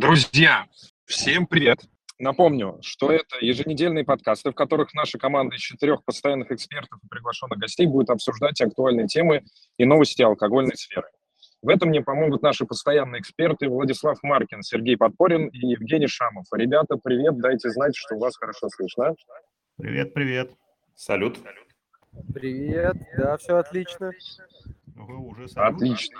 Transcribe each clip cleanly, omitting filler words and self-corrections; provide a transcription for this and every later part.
Друзья, всем привет! Напомню, что это еженедельные подкасты, в которых наша команда из 4 постоянных экспертов и приглашенных гостей будет обсуждать актуальные темы и новости алкогольной сферы. В этом мне помогут наши постоянные эксперты Владислав Маркин, Сергей Подпорин и Евгений Шамов. Ребята, привет, дайте знать, что у вас хорошо слышно. Привет, привет. Салют. Привет, да, все отлично. Уже салют. Отлично.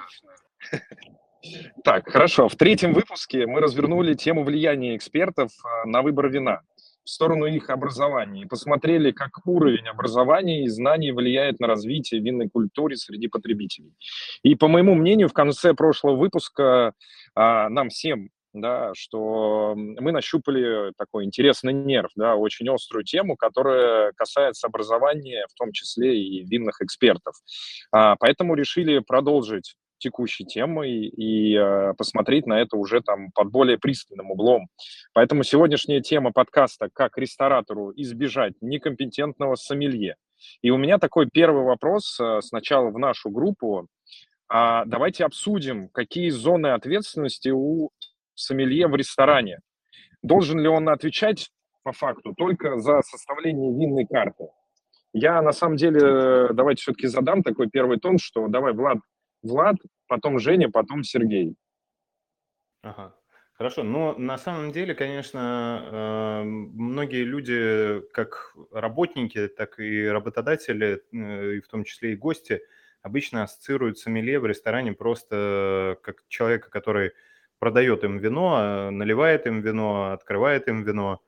Так, хорошо. В третьем выпуске мы развернули тему влияния экспертов на выбор вина в сторону их образования и посмотрели, как уровень образования и знаний влияет на развитие винной культуры среди потребителей. И, по моему мнению, в конце прошлого выпуска нам всем, да, что мы нащупали такой интересный нерв, да, очень острую тему, которая касается образования, в том числе и винных экспертов. Поэтому решили продолжить текущей темой и посмотреть на это уже там под более пристальным углом. Поэтому сегодняшняя тема подкаста «Как ресторатору избежать некомпетентного сомелье». И у меня такой первый вопрос сначала в нашу группу. Давайте обсудим, какие зоны ответственности у сомелье в ресторане. Должен ли он отвечать по факту только за составление винной карты? Я на самом деле, давайте все-таки задам такой первый тон, что давай, Влад, потом Женя, потом Сергей. Ага. Хорошо, но на самом деле, конечно, многие люди, как работники, так и работодатели, и в том числе и гости, обычно ассоциируют сомелье в ресторане просто как человека, который продает им вино, наливает им вино, открывает им вино.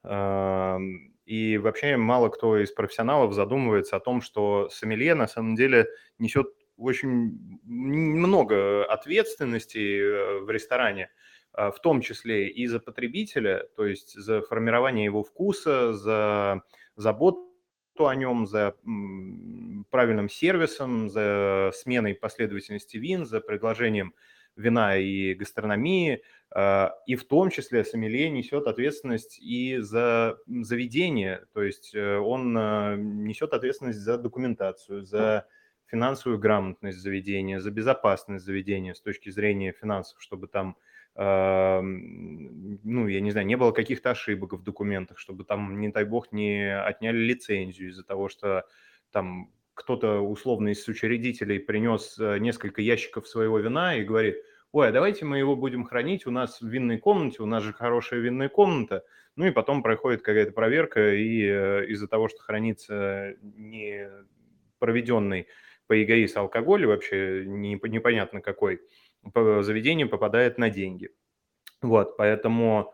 И вообще мало кто из профессионалов задумывается о том, что сомелье на самом деле несет очень много ответственности в ресторане, в том числе и за потребителя, то есть за формирование его вкуса, за заботу о нем, за правильным сервисом, за сменой последовательности вин, за предложением вина и гастрономии, и в том числе сомелье несет ответственность и за заведение, то есть он несет ответственность за документацию, за финансовую грамотность заведения, за безопасность заведения с точки зрения финансов, чтобы там, я не знаю, не было каких-то ошибок в документах, чтобы там, не дай бог, не отняли лицензию из-за того, что там кто-то условно из учредителей принес несколько ящиков своего вина и говорит: ой, а давайте мы его будем хранить у нас в винной комнате, у нас же хорошая винная комната. Ну и потом проходит какая-то проверка, и из-за того, что хранится не проведенный по ЕГАИС алкоголь, вообще непонятно какой, заведение попадает на деньги. Вот, поэтому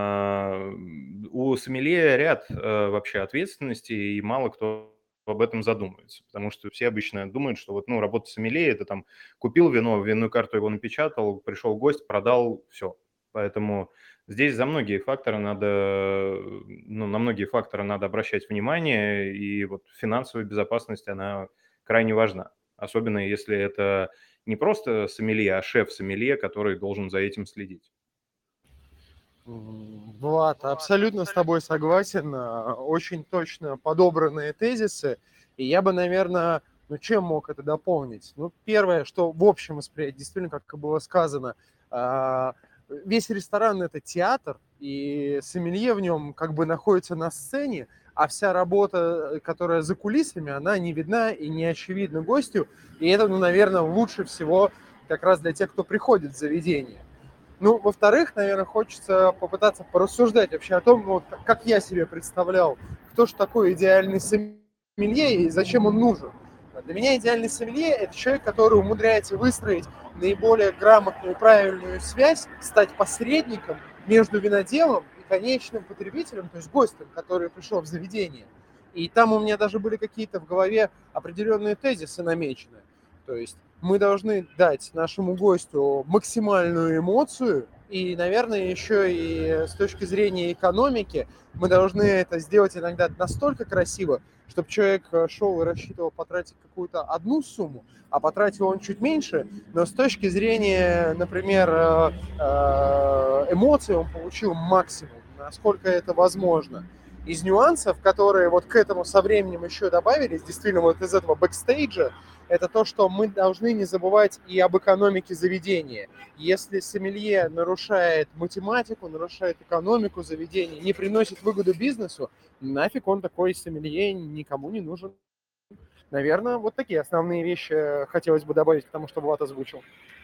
у сомелье ряд вообще ответственностей, и мало кто об этом задумывается, потому что все обычно думают, что вот, работа сомелье – это там купил вино, винную карту его напечатал, пришел гость, продал, все. Поэтому здесь на многие факторы надо обращать внимание, и вот финансовая безопасность, она крайне важна, особенно если это не просто сомелье, а шеф-сомелье, который должен за этим следить. Влад, абсолютно с тобой согласен. Очень точно подобранные тезисы. И я бы, наверное, чем мог это дополнить? Первое, что в общем восприятии, действительно, как было сказано, весь ресторан – это театр, и сомелье в нем как бы находится на сцене, а вся работа, которая за кулисами, она не видна и не очевидна гостю. И это, наверное, лучше всего как раз для тех, кто приходит в заведение. Во-вторых, наверное, хочется попытаться порассуждать вообще о том, как я себе представлял, кто же такой идеальный сомелье и зачем он нужен. Для меня идеальный сомелье – это человек, который умудряется выстроить наиболее грамотную и правильную связь, стать посредником между виноделом и конечным потребителем, то есть гостем, который пришел в заведение. И там у меня даже были какие-то в голове определенные тезисы намечены. То есть мы должны дать нашему гостю максимальную эмоцию, и, наверное, еще и с точки зрения экономики мы должны это сделать иногда настолько красиво, чтобы человек шел и рассчитывал потратить какую-то одну сумму, а потратил он чуть меньше, но с точки зрения, например, эмоций он получил максимум, насколько это возможно. из нюансов, которые вот к этому со временем еще добавились, действительно вот из этого бэкстейджа, это то, что мы должны не забывать и об экономике заведения. Если сомелье нарушает математику, нарушает экономику заведения, не приносит выгоду бизнесу, нафиг он такой сомелье никому не нужен. Наверное, вот такие основные вещи хотелось бы добавить к тому, что Влад озвучил.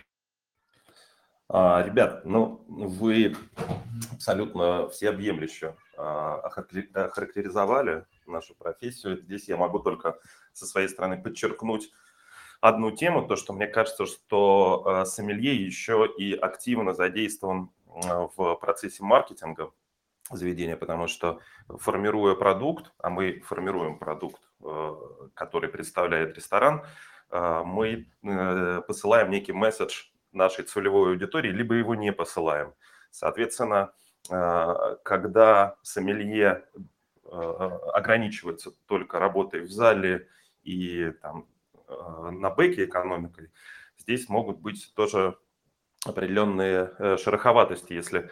Ребят, ну вы абсолютно всеобъемлюще охарактеризовали нашу профессию. Здесь я могу только со своей стороны подчеркнуть одну тему, то, что мне кажется, что сомелье еще и активно задействован в процессе маркетинга заведения, потому что формируя продукт, а мы формируем продукт, который представляет ресторан, мы посылаем некий месседж нашей целевой аудитории, либо его не посылаем. Соответственно, когда сомелье ограничивается только работой в зале и там, на бэке экономикой, здесь могут быть тоже определенные шероховатости, если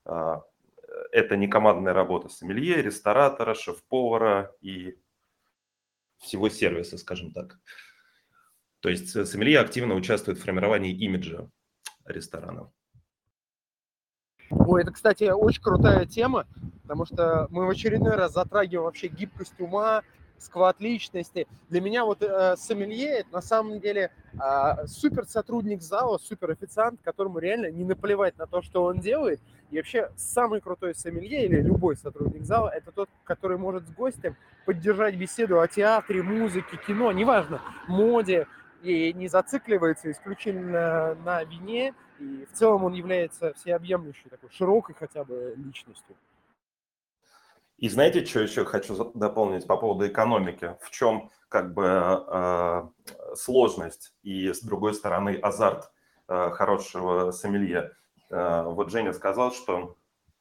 это не командная работа сомелье, ресторатора, шеф-повара и всего сервиса, скажем так. То есть сомелье активно участвует в формировании имиджа ресторана. Ой, это, кстати, очень крутая тема, потому что мы в очередной раз затрагиваем вообще гибкость ума, склад личности. Для меня вот сомелье – это на самом деле супер сотрудник зала, супер официант, которому реально не наплевать на то, что он делает. И вообще самый крутой сомелье или любой сотрудник зала – это тот, который может с гостем поддержать беседу о театре, музыке, кино, неважно, моде, и не зацикливается исключительно на вине, и в целом он является всеобъемлющей, такой широкой хотя бы личностью. И знаете, что еще хочу дополнить по поводу экономики? В чем как бы сложность и, с другой стороны, азарт хорошего сомелье? Вот Женя сказал, что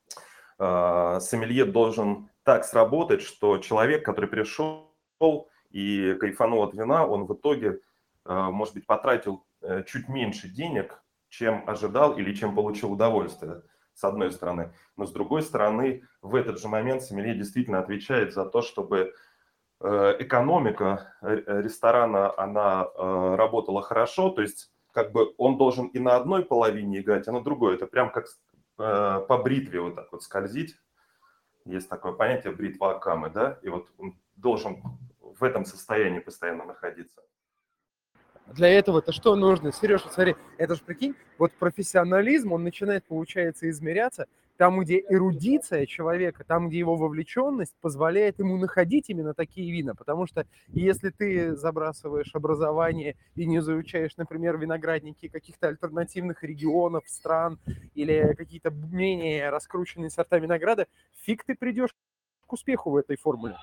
сомелье должен так сработать, что человек, который пришел и кайфанул от вина, он в итоге, может быть, потратил чуть меньше денег, чем ожидал или чем получил удовольствие, с одной стороны. Но с другой стороны, в этот же момент сомелье действительно отвечает за то, чтобы экономика ресторана, она работала хорошо, то есть как бы он должен и на одной половине играть, а на другой. Это прям как по бритве вот так вот скользить. Есть такое понятие бритва Акамы, да, и вот он должен в этом состоянии постоянно находиться. Для этого-то что нужно? Сережа, смотри, это же, прикинь, вот профессионализм, он начинает, получается, измеряться там, где эрудиция человека, там, где его вовлеченность позволяет ему находить именно такие вина. Потому что если ты забрасываешь образование и не изучаешь, например, виноградники каких-то альтернативных регионов, стран или какие-то менее раскрученные сорта винограда, фиг ты придешь к успеху в этой формуле.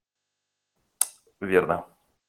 Верно.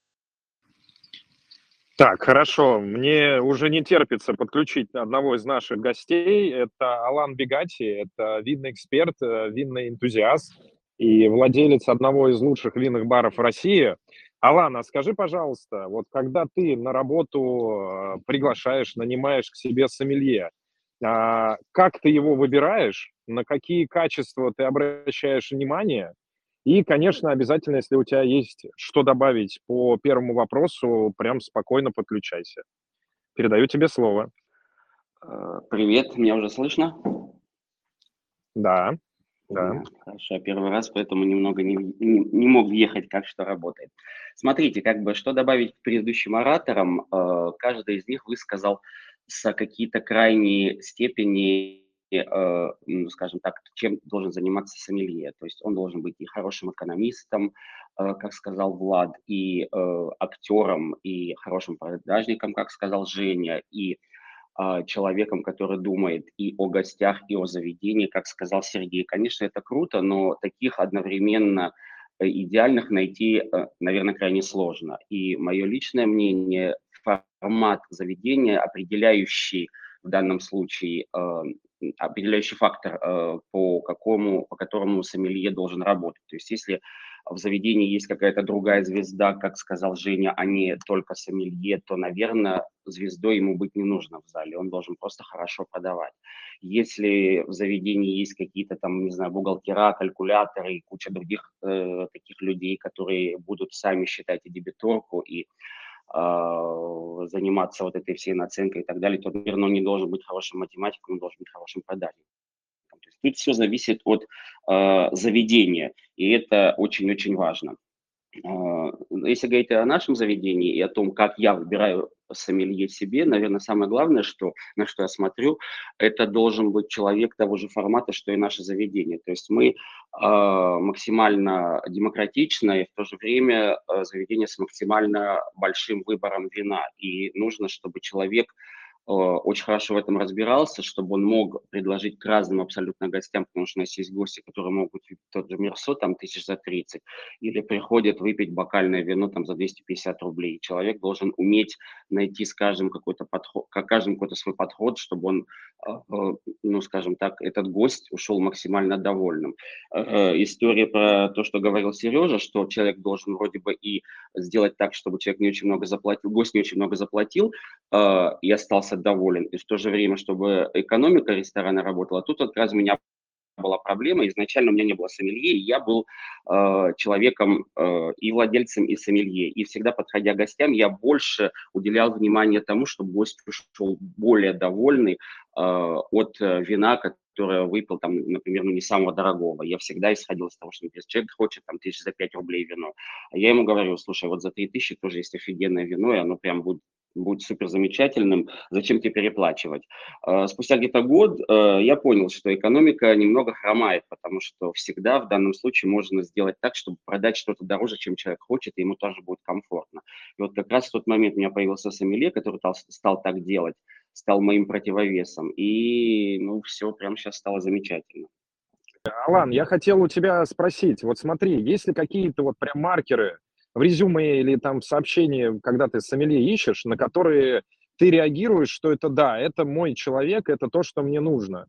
Так, хорошо. Мне уже не терпится подключить одного из наших гостей. Это Алан Бегати, это винный эксперт, винный энтузиаст и владелец одного из лучших винных баров России. Алан, а скажи, пожалуйста, вот когда ты на работу приглашаешь, нанимаешь к себе сомелье, как ты его выбираешь, на какие качества ты обращаешь внимание? И, конечно, обязательно, если у тебя есть что добавить по первому вопросу, прям спокойно подключайся. Передаю тебе слово. Привет, меня уже слышно? Да, да. Хорошо, первый раз, поэтому немного не мог въехать, как что работает. Смотрите, как бы что добавить к предыдущим ораторам, каждый из них высказал какие-то крайние степени, скажем так, чем должен заниматься сомелье. То есть он должен быть и хорошим экономистом, как сказал Влад, и актером, и хорошим продажником, как сказал Женя, и человеком, который думает и о гостях, и о заведении, как сказал Сергей. Конечно, это круто, но таких одновременно идеальных найти, наверное, крайне сложно. И мое личное мнение, формат заведения, определяющий в данном случае, определяющий фактор, по которому сомелье должен работать. То есть если в заведении есть какая-то другая звезда, как сказал Женя, а не только сомелье, то, наверное, звездой ему быть не нужно в зале, он должен просто хорошо продавать. Если в заведении есть какие-то там, не знаю, бухгалтера, калькуляторы и куча других таких людей, которые будут сами считать и дебиторку, и заниматься вот этой всей наценкой и так далее, то, наверное, он не должен быть хорошим математиком, он должен быть хорошим продажником. То есть тут все зависит от заведения, и это очень-очень важно. Если говорить о нашем заведении и о том, как я выбираю сомелье себе, наверное, самое главное, на что я смотрю, это должен быть человек того же формата, что и наше заведение. То есть мы максимально демократично и в то же время заведение с максимально большим выбором вина. И нужно, чтобы человек очень хорошо в этом разбирался, чтобы он мог предложить к разным абсолютно гостям, потому что у нас есть гости, которые могут выпить тот же Мерсо там тысяч за 30, или приходят выпить бокальное вино там за 250 рублей. Человек должен уметь найти с каждым какой-то подход, каждым какой-то свой подход, чтобы он, ну, скажем так, этот гость ушел максимально довольным. История про то, что говорил Сережа, что человек должен вроде бы и сделать так, чтобы человек не очень много заплатил, гость не очень много заплатил, и остался доволен, и в то же время, чтобы экономика ресторана работала. Тут как раз у меня была проблема. Изначально у меня не было сомелье, и я был человеком и владельцем, и сомелье. И всегда, подходя к гостям, я больше уделял внимание тому, чтобы гость ушел более довольный от вина, которое выпил, там, например, ну, не самого дорогого. Я всегда исходил из того, что, например, человек хочет там 1000 за 5 рублей вино. А я ему говорю: слушай, вот за 3000 тоже есть офигенное вино, и оно прям будет супер замечательным, зачем тебе переплачивать? Спустя где-то год я понял, что экономика немного хромает, потому что всегда в данном случае можно сделать так, чтобы продать что-то дороже, чем человек хочет, и ему тоже будет комфортно. И вот как раз в тот момент у меня появился сомелье, который стал так делать, стал моим противовесом, и ну все, прямо сейчас стало замечательно. Алан, я хотел у тебя спросить, вот смотри, есть ли какие-то вот прям маркеры в резюме или там в сообщении, когда ты сомелье ищешь, на которые ты реагируешь, что это да, это мой человек, это то, что мне нужно?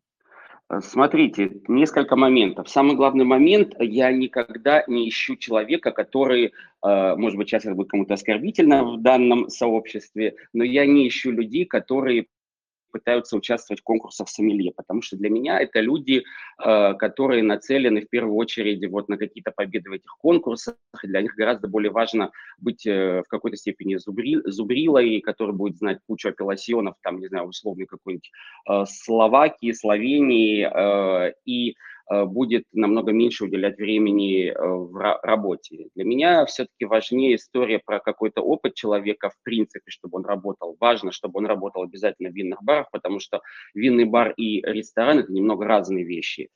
Смотрите, несколько моментов. Самый главный момент, я никогда не ищу человека, который, может быть, сейчас это будет кому-то оскорбительно в данном сообществе, но я не ищу людей, которые пытаются участвовать в конкурсах сомелье, потому что для меня это люди, которые нацелены в первую очередь вот на какие-то победы в этих конкурсах, и для них гораздо более важно быть в какой-то степени зубрилой, который будет знать кучу апелласьонов, там, не знаю, условный какой-нибудь Словакии, Словении, и будет намного меньше уделять времени в работе. Для меня все-таки важнее история про какой-то опыт человека, в принципе, чтобы он работал. Важно, чтобы он работал обязательно в винных барах, потому что винный бар и ресторан – это немного разные вещи.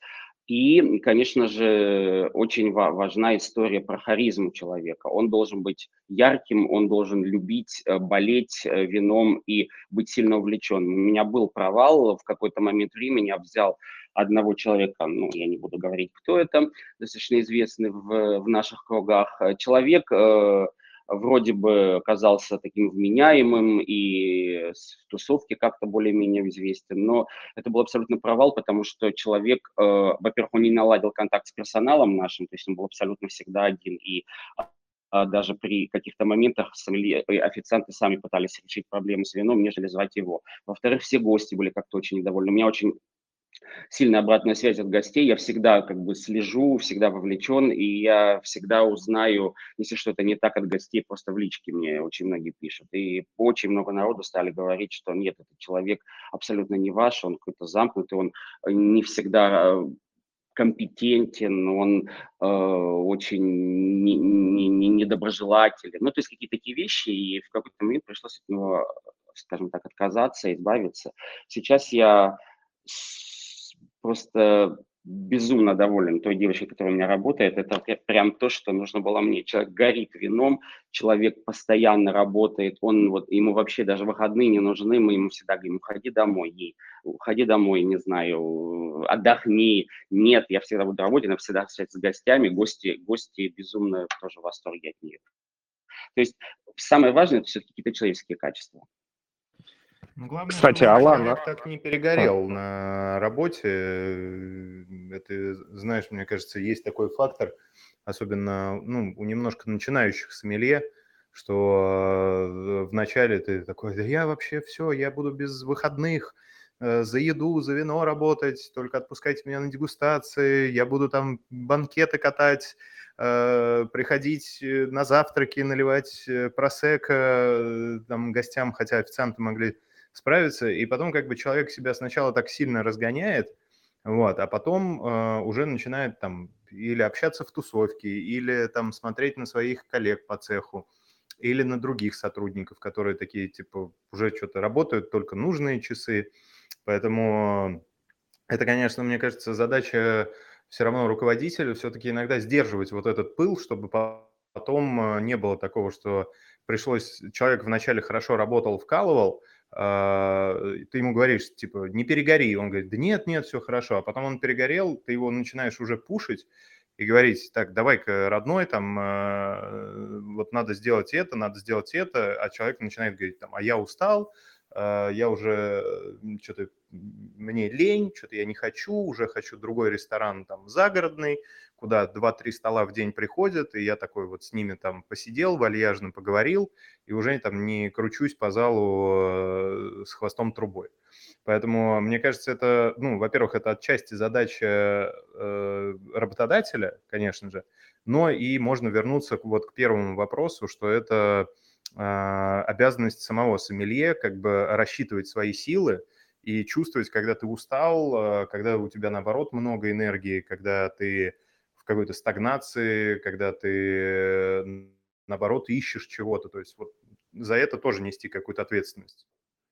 И, конечно же, очень важна история про харизму человека. Он должен быть ярким, он должен любить, болеть вином и быть сильно увлечен. У меня был провал в какой-то момент времени, я взял одного человека, ну, я не буду говорить, кто это, достаточно известный в наших кругах. Человек вроде бы казался таким вменяемым и в тусовке как-то более-менее известен, но это был абсолютно провал, потому что человек, во-первых, он не наладил контакт с персоналом нашим, то есть он был абсолютно всегда один, и даже при каких-то моментах официанты сами пытались решить проблемы с вином, нежели звать его. Во-вторых, все гости были как-то очень недовольны. У меня очень сильная обратная связь от гостей, я всегда как бы слежу, всегда вовлечен, и я всегда узнаю, если что-то не так от гостей, просто в личке мне очень многие пишут. И очень много народу стали говорить, что нет, этот человек абсолютно не ваш, он какой-то замкнутый, он не всегда компетентен, он очень недоброжелателен. Ну, то есть какие-то такие вещи, и в какой-то момент пришлось от него, скажем так, отказаться, избавиться. Сейчас я просто безумно доволен той девочкой, которая у меня работает. Это прям то, что нужно было мне. Человек горит вином, человек постоянно работает, ему вообще даже выходные не нужны, мы ему всегда говорим: уходи домой, не знаю, отдохни. Нет, я всегда буду работать, она всегда общается с гостями, гости безумно тоже в восторге от нее. То есть самое важное – это все-таки какие-то человеческие качества. Ну, главное, Кстати, чтобы Алан, человек так не перегорел на работе. Это, знаешь, мне кажется, есть такой фактор. особенно у немножко начинающих сомелье, что вначале ты такой, да я вообще все, я буду без выходных, за еду, за вино работать, только отпускайте меня на дегустации, я буду там банкеты катать, приходить на завтраки, наливать просекко там гостям, хотя официанты могли справиться, и потом как бы человек себя сначала так сильно разгоняет, вот, а потом уже начинает там или общаться в тусовке, или там смотреть на своих коллег по цеху, или на других сотрудников, которые такие, типа, уже что-то работают, только нужные часы. Поэтому это, конечно, мне кажется, задача все равно руководителя все-таки иногда сдерживать вот этот пыл, чтобы потом не было такого, что пришлось, человек вначале хорошо работал, вкалывал, ты ему говоришь, типа, не перегори, он говорит, да нет, нет, все хорошо, а потом он перегорел, ты его начинаешь уже пушить и говорить, так, давай-ка, родной, там, вот надо сделать это, а человек начинает говорить, там, а я устал, я уже что-то, мне лень, что-то я не хочу, уже хочу другой ресторан там загородный, куда 2-3 стола в день приходят, и я такой вот с ними там посидел, вальяжно поговорил, и уже там не кручусь по залу с хвостом трубой. Поэтому, мне кажется, это, во-первых, это отчасти задача работодателя, конечно же, но и можно вернуться вот к первому вопросу, что это обязанность самого сомелье как бы рассчитывать свои силы и чувствовать, когда ты устал, когда у тебя, наоборот, много энергии, когда ты в какой-то стагнации, когда ты, наоборот, ищешь чего-то. То есть вот за это тоже нести какую-то ответственность.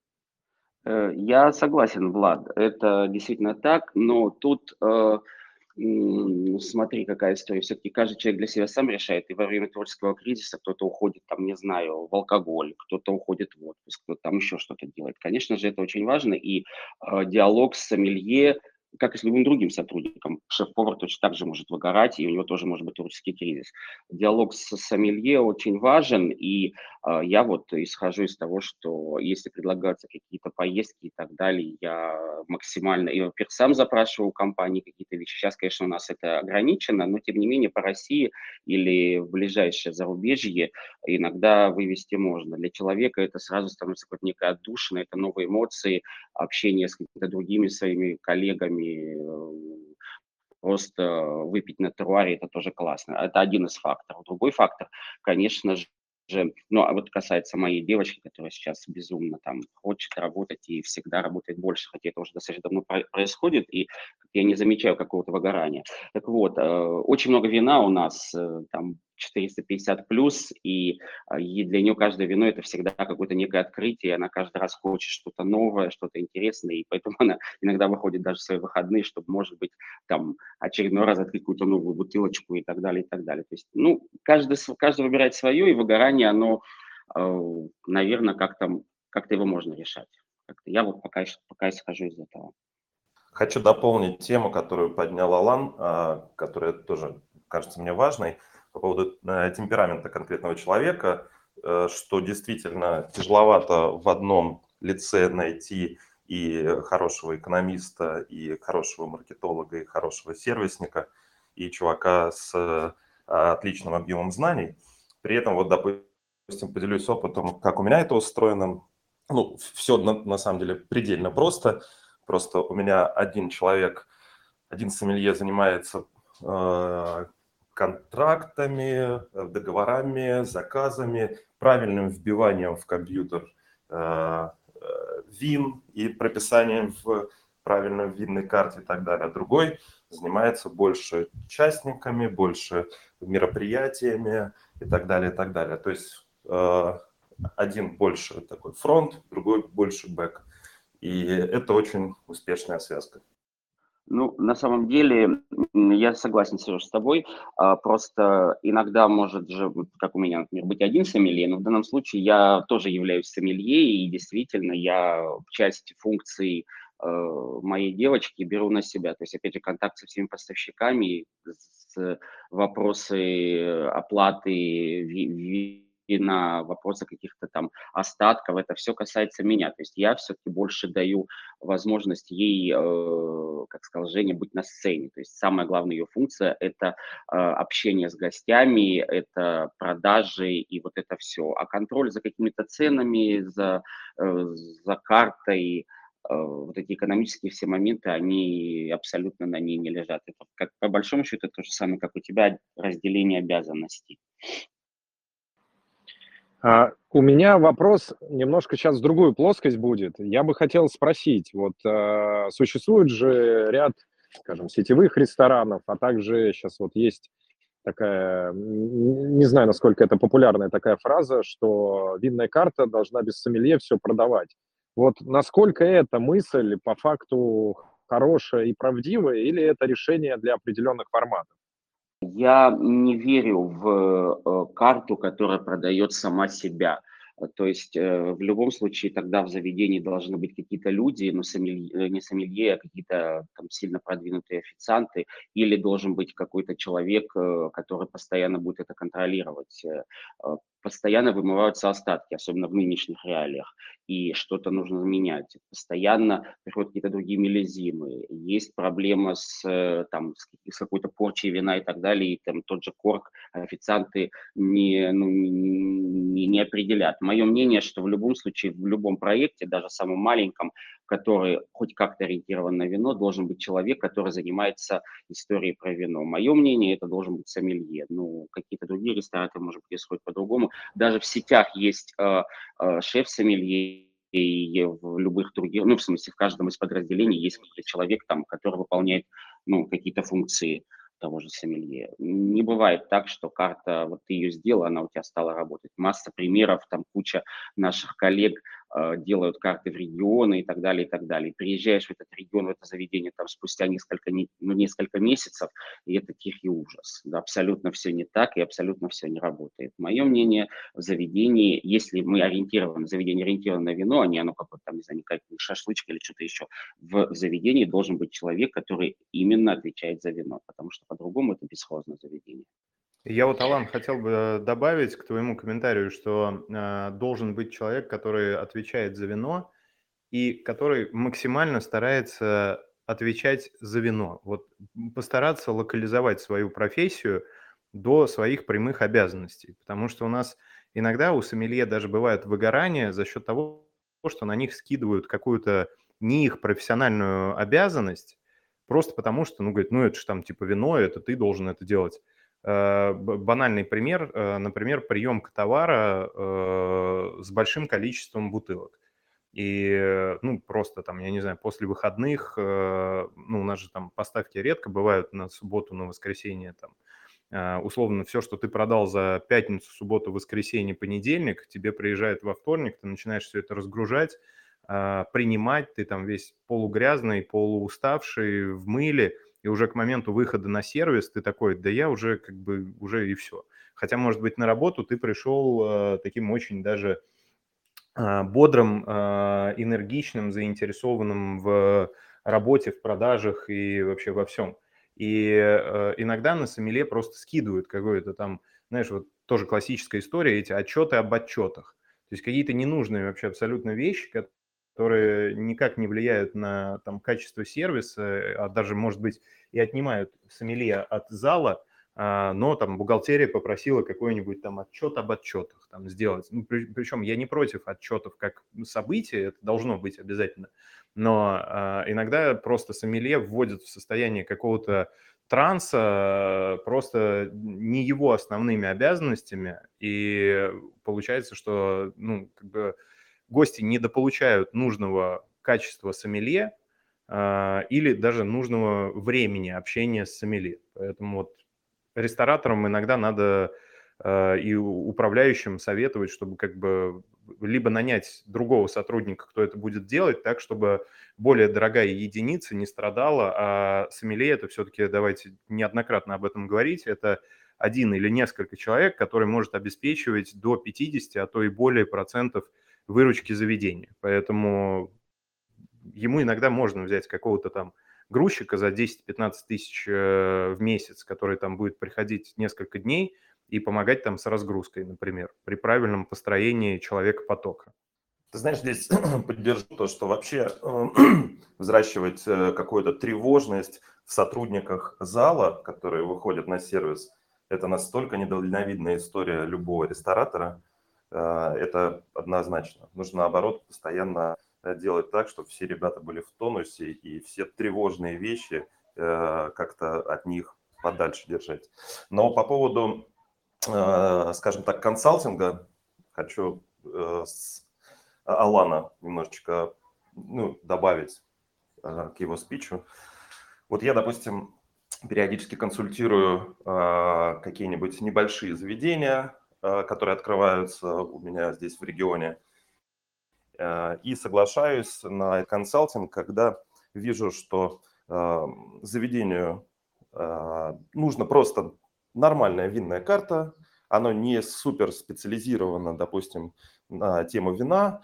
Я согласен, Влад, это действительно так, но тут смотри, какая история. Все-таки каждый человек для себя сам решает, и во время творческого кризиса кто-то уходит, там, не знаю, в алкоголь, кто-то уходит в отпуск, кто-то там еще что-то делает. Конечно же, это очень важно, и диалог с сомелье, как и с любым другим сотрудником, шеф-повар точно так же может выгорать, и у него тоже может быть творческий кризис. Диалог с сомелье очень важен, и я вот исхожу из того, что если предлагаются какие-то поездки и так далее, я максимально, и, во-первых, сам запрашиваю у компании какие-то вещи. Сейчас, конечно, у нас это ограничено, но, тем не менее, по России или в ближайшее зарубежье иногда вывести можно. Для человека это сразу становится как некая отдушина, это новые эмоции, общение с какими-то другими своими коллегами, просто выпить на теруаре – это тоже классно. Это один из факторов. Другой фактор, конечно же, ну, а вот касается моей девочки, которая сейчас безумно там хочет работать и всегда работает больше, хотя это уже достаточно давно происходит, и я не замечаю какого-то выгорания. Так вот, очень много вина у нас, там 450 плюс, и для нее каждое вино – это всегда какое-то некое открытие, она каждый раз хочет что-то новое, что-то интересное, и поэтому она иногда выходит даже в свои выходные, чтобы, может быть, там очередной раз открыть какую-то новую бутылочку и так далее, и так далее. То есть, ну, каждый выбирает свое, и выгорание, оно, наверное, как-то его можно решать. Как-то я вот пока исхожу из этого. Хочу дополнить тему, которую поднял Алан, которая тоже кажется мне важной, по поводу темперамента конкретного человека, что действительно тяжеловато в одном лице найти и хорошего экономиста, и хорошего маркетолога, и хорошего сервисника, и чувака с отличным объемом знаний. При этом, вот, допустим, поделюсь опытом, как у меня это устроено. Ну, все на самом деле предельно просто. Просто у меня один человек, один сомелье занимается контрактами, договорами, заказами, правильным вбиванием в компьютер вин и прописанием в правильной винной карте и так далее. А другой занимается больше участниками, больше мероприятиями и так далее, и так далее. То есть один больше такой фронт, другой больше бэк. И это очень успешная связка. Ну, на самом деле, я согласен, Сереж, с тобой. Просто иногда может же, вот как у меня, например, быть один сомелье, но в данном случае я тоже являюсь сомелье, и действительно я часть функций моей девочки беру на себя. То есть, опять же, контакт со всеми поставщиками, вопросы оплаты на вопросы каких-то там остатков. Это все касается меня. То есть я все-таки больше даю возможность ей, как сказал Женя, быть на сцене. То есть самая главная ее функция – это общение с гостями, это продажи и вот это все. А контроль за какими-то ценами, за картой, вот эти экономические все моменты, они абсолютно на ней не лежат. Это как, по большому счету то же самое, как у тебя разделение обязанностей. У меня вопрос немножко сейчас в другую плоскость будет. Я бы хотел спросить, вот существует же ряд, скажем, сетевых ресторанов, а также сейчас вот есть такая, не знаю, насколько это популярная такая фраза, что винная карта должна без сомелье все продавать. Вот насколько эта мысль по факту хорошая и правдивая, или это решение для определенных форматов? Я не верю в карту, которая продает сама себя. То есть в любом случае тогда в заведении должны быть какие-то люди, но не сомелье, а какие-то там сильно продвинутые официанты, или должен быть какой-то человек, который постоянно будет это контролировать. Постоянно вымываются остатки, особенно в нынешних реалиях, и что-то нужно менять. Постоянно приходят какие-то другие миллизимы. Есть проблема с какой-то порчей вина и так далее, и там тот же корк официанты не определят. Мое мнение, что в любом случае, в любом проекте, даже самом маленьком, который хоть как-то ориентирован на вино, должен быть человек, который занимается историей про вино. Мое мнение, это должен быть сомелье. Ну, какие-то другие рестораны, может быть, исходят по-другому. Даже в сетях есть шеф-сомелье, и в любых других, ну, в смысле, в каждом из подразделений есть какой-то человек, там, который выполняет, ну, какие-то функции того же сомелье. Не бывает так, что карта, вот ты ее сделала, она у тебя стала работать. Масса примеров, там куча наших коллег делают карты в регионы и так далее, и так далее. Приезжаешь в этот регион, в это заведение там спустя несколько месяцев, и это тихий ужас. Да, абсолютно все не так, и абсолютно все не работает. Мое мнение, в заведении, если мы заведение ориентировано на вино, а не оно какое-то там, не знаю, как шашлычка или что-то еще, в заведении должен быть человек, который именно отвечает за вино, потому что по-другому это бесхозное заведение. Я вот, Алан, хотел бы добавить к твоему комментарию, что должен быть человек, который отвечает за вино и который максимально старается отвечать за вино. Вот постараться локализовать свою профессию до своих прямых обязанностей, потому что у нас иногда у сомелье даже бывает выгорание за счет того, что на них скидывают какую-то не их профессиональную обязанность, просто потому что, ну, говорит, ну, это же там типа вино, это ты должен это делать. Банальный пример, например, приемка товара с большим количеством бутылок. И, ну, просто там, я не знаю, после выходных, ну, у нас же там поставки редко бывают на субботу, на воскресенье, там, условно, все, что ты продал за пятницу, субботу, воскресенье, понедельник, тебе приезжает во вторник, ты начинаешь все это разгружать, принимать, ты там весь полугрязный, полууставший, в мыле, и уже к моменту выхода на сервис ты такой, да я уже как бы, уже и все. Хотя, может быть, на работу ты пришел таким очень даже бодрым, энергичным, заинтересованным в работе, в продажах и вообще во всем. И иногда на сомелье просто скидывают какое-то там, знаешь, вот тоже классическая история, эти отчеты об отчетах. То есть какие-то ненужные вообще абсолютно вещи, которые никак не влияют на там, качество сервиса, а даже, может быть, и отнимают сомелье от зала, но там бухгалтерия попросила какой-нибудь там отчет об отчетах там сделать. Ну, причем я не против отчетов как события, это должно быть обязательно, но иногда просто сомелье вводят в состояние какого-то транса просто не его основными обязанностями, и получается, что, ну, как бы гости недополучают нужного качества сомелье или даже нужного времени общения с сомелье. Поэтому вот рестораторам иногда надо и управляющим советовать, чтобы как бы либо нанять другого сотрудника, кто это будет делать, так, чтобы более дорогая единица не страдала, а сомелье это все-таки, давайте неоднократно об этом говорить, это один или несколько человек, который может обеспечивать до 50, а то и более процентов выручки заведения. Поэтому ему иногда можно взять какого-то там грузчика за 10-15 тысяч в месяц, который там будет приходить несколько дней, и помогать там с разгрузкой, например, при правильном построении человека-потока. Ты знаешь, здесь поддержу то, что вообще взращивать какую-то тревожность в сотрудниках зала, которые выходят на сервис, это настолько недальновидная история любого ресторатора. Это однозначно. Нужно, наоборот, постоянно делать так, чтобы все ребята были в тонусе и все тревожные вещи как-то от них подальше держать. Но по поводу, скажем так, консалтинга хочу с Алана немножечко добавить к его спичу. Вот я, допустим, периодически консультирую какие-нибудь небольшие заведения, которые открываются у меня здесь в регионе, и соглашаюсь на консалтинг, когда вижу, что заведению нужно просто нормальная винная карта, оно не супер специализировано, допустим, на тему вина,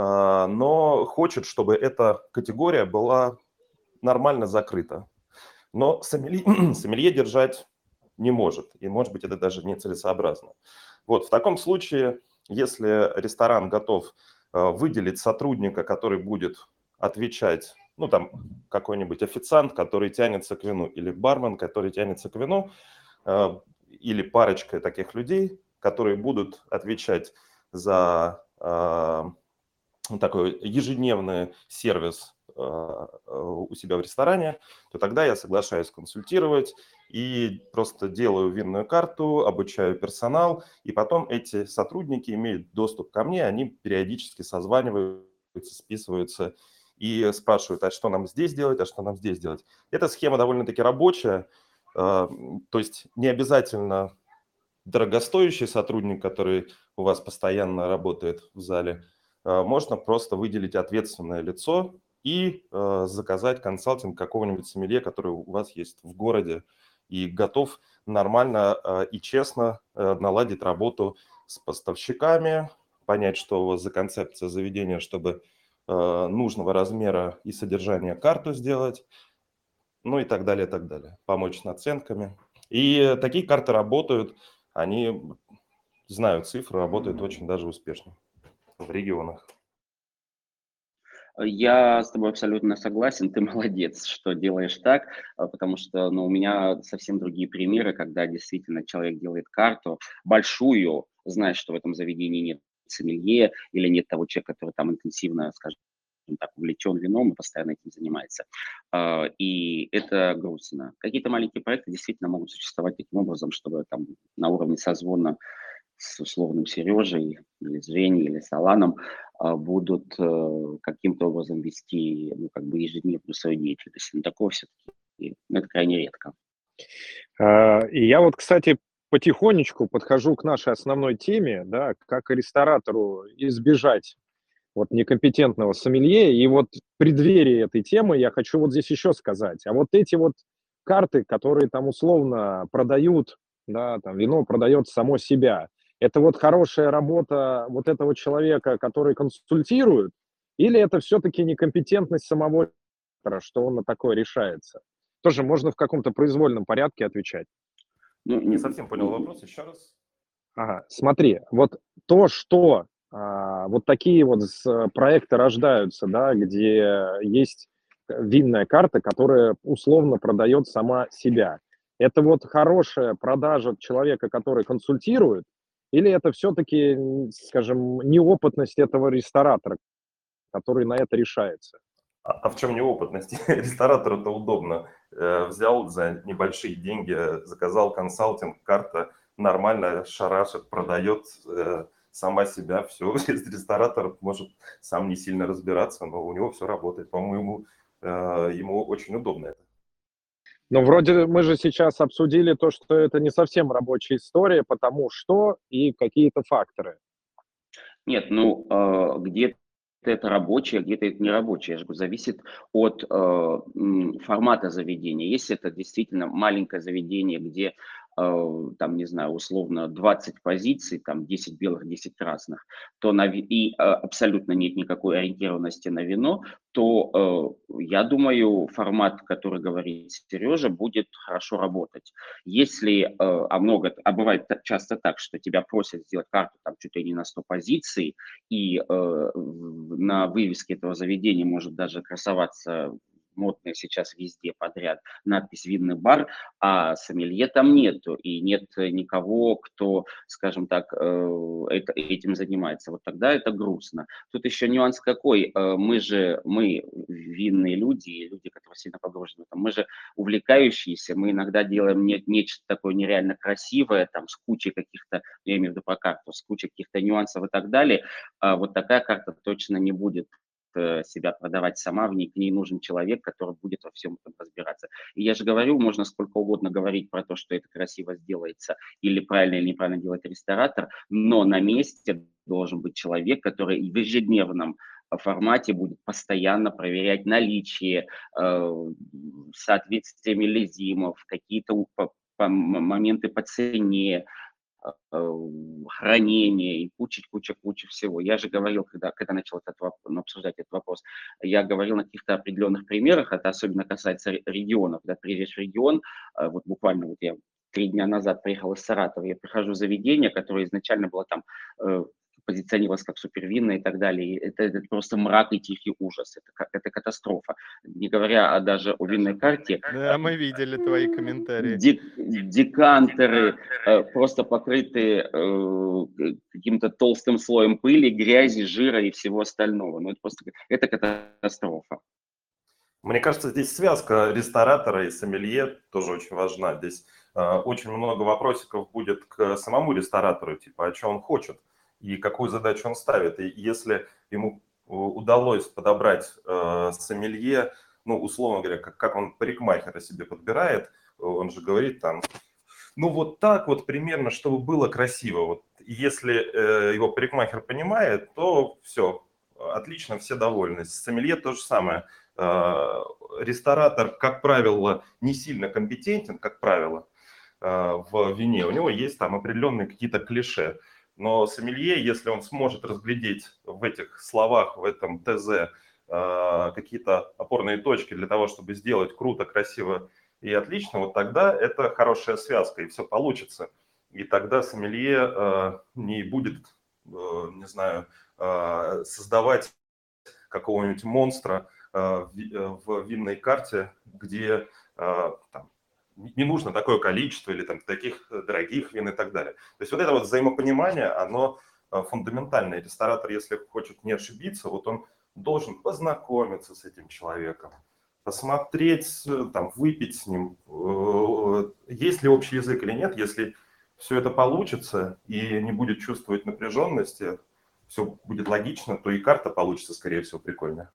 но хочет, чтобы эта категория была нормально закрыта. Но сомелье держать не может, и, может быть, это даже нецелесообразно. Вот в таком случае, если ресторан готов выделить сотрудника, который будет отвечать, там какой-нибудь официант, который тянется к вину, или бармен, который тянется к вину, или парочка таких людей, которые будут отвечать за такой ежедневный сервис у себя в ресторане, то тогда я соглашаюсь консультировать и просто делаю винную карту, обучаю персонал, и потом эти сотрудники имеют доступ ко мне, они периодически созваниваются, списываются и спрашивают, а что нам здесь делать, а что нам здесь делать. Эта схема довольно-таки рабочая, то есть не обязательно дорогостоящий сотрудник, который у вас постоянно работает в зале, можно просто выделить ответственное лицо и заказать консалтинг какого-нибудь сомелье, который у вас есть в городе и готов нормально и честно наладить работу с поставщиками, понять, что у вас за концепция заведения, чтобы нужного размера и содержания карту сделать, и так далее, и так далее. Помочь с наценками. И такие карты работают, они знают цифры, работают очень даже успешно в регионах. Я с тобой абсолютно согласен, ты молодец, что делаешь так, потому что у меня совсем другие примеры, когда действительно человек делает карту большую, зная, что в этом заведении нет сомелье или нет того человека, который там интенсивно, скажем так, увлечен вином и постоянно этим занимается. И это грустно. Какие-то маленькие проекты действительно могут существовать таким образом, чтобы там на уровне созвона с условным Сережей или с Женей или с Аланом будут каким-то образом вести ежедневную свою деятельность. Но такого все-таки это крайне редко. И я вот, кстати, потихонечку подхожу к нашей основной теме, да, как ресторатору избежать некомпетентного сомелье. И вот в преддверии этой темы я хочу вот здесь еще сказать. А вот эти вот карты, которые там условно продают, да, там вино продает само себя, это вот хорошая работа вот этого человека, который консультирует, или это все-таки некомпетентность самого, что он на такое решается? Тоже можно в каком-то произвольном порядке отвечать. Не совсем понял вопрос, еще раз. Ага, смотри, вот то, что вот такие вот проекты рождаются, да, где есть винная карта, которая условно продает сама себя. Это вот хорошая продажа человека, который консультирует, или это все-таки, скажем, неопытность этого ресторатора, который на это решается? А в чем неопытность? Ресторатору-то удобно. Взял за небольшие деньги, заказал консалтинг, карта нормально шарашит, продает сама себя, все. Ресторатор может сам не сильно разбираться, но у него все работает. По-моему, ему очень удобно это. Но вроде мы же сейчас обсудили то, что это не совсем рабочая история, потому что и какие-то факторы. Нет, где-то это рабочее, где-то это не рабочее. Я же говорю, зависит от формата заведения. Если это действительно маленькое заведение, где там, не знаю, условно 20 позиций, там 10 белых, 10 красных, то абсолютно нет никакой ориентированности на вино, то я думаю, формат, который говорит Сережа, будет хорошо работать. Если, бывает часто так, что тебя просят сделать карту там чуть ли не на 100 позиций, и на вывеске этого заведения может даже красоваться модная сейчас везде подряд надпись «Винный бар», а сомелье там нету, и нет никого, кто, скажем так, этим занимается. Вот тогда это грустно. Тут еще нюанс какой. Мы винные люди, люди, которые сильно погружены в это, мы же увлекающиеся, мы иногда делаем нечто такое нереально красивое, там, с кучей каких-то, я имею в виду про карту, с кучей каких-то нюансов и так далее. А вот такая карта точно не будет себя продавать сама, к ней нужен человек, который будет во всем этом разбираться. И я же говорю, можно сколько угодно говорить про то, что это красиво сделается, или правильно или неправильно делает ресторатор, но на месте должен быть человек, который в ежедневном формате будет постоянно проверять наличие, соответствие миллизимов, какие-то моменты по цене, хранение и куча всего. Я же говорил, когда начал обсуждать этот вопрос, я говорил на каких-то определенных примерах, это особенно касается регионов. Когда приезжаешь в регион, вот буквально вот я 3 дня назад приехал из Саратова, я прихожу в заведение, которое изначально было там позиционировалось как супервинное и так далее. Это просто мрак и тихий ужас. Это катастрофа. Не говоря даже о винной карте. Да, мы видели твои комментарии. Декантеры просто покрыты каким-то толстым слоем пыли, грязи, жира и всего остального. Ну, это катастрофа. Мне кажется, здесь связка ресторатора и сомелье тоже очень важна. Здесь очень много вопросиков будет к самому ресторатору, типа, а что он хочет и какую задачу он ставит. И если ему удалось подобрать сомелье, ну, условно говоря, как он парикмахера себе подбирает, он же говорит там, ну, вот так вот примерно, чтобы было красиво. Вот если его парикмахер понимает, то все, отлично, все довольны. С сомелье то же самое. Ресторатор, как правило, не сильно компетентен, как правило, в вине. У него есть там определенные какие-то клише. Но сомелье, если он сможет разглядеть в этих словах, в этом ТЗ какие-то опорные точки для того, чтобы сделать круто, красиво и отлично, вот тогда это хорошая связка, и все получится. И тогда сомелье не будет, не знаю, создавать какого-нибудь монстра в винной карте, где там, не нужно такое количество или там таких дорогих вин и так далее. То есть вот это вот взаимопонимание, оно фундаментальное. Ресторатор, если хочет не ошибиться, вот он должен познакомиться с этим человеком, посмотреть, там, выпить с ним, есть ли общий язык или нет. Если все это получится и не будет чувствовать напряженности, все будет логично, то и карта получится, скорее всего, прикольная.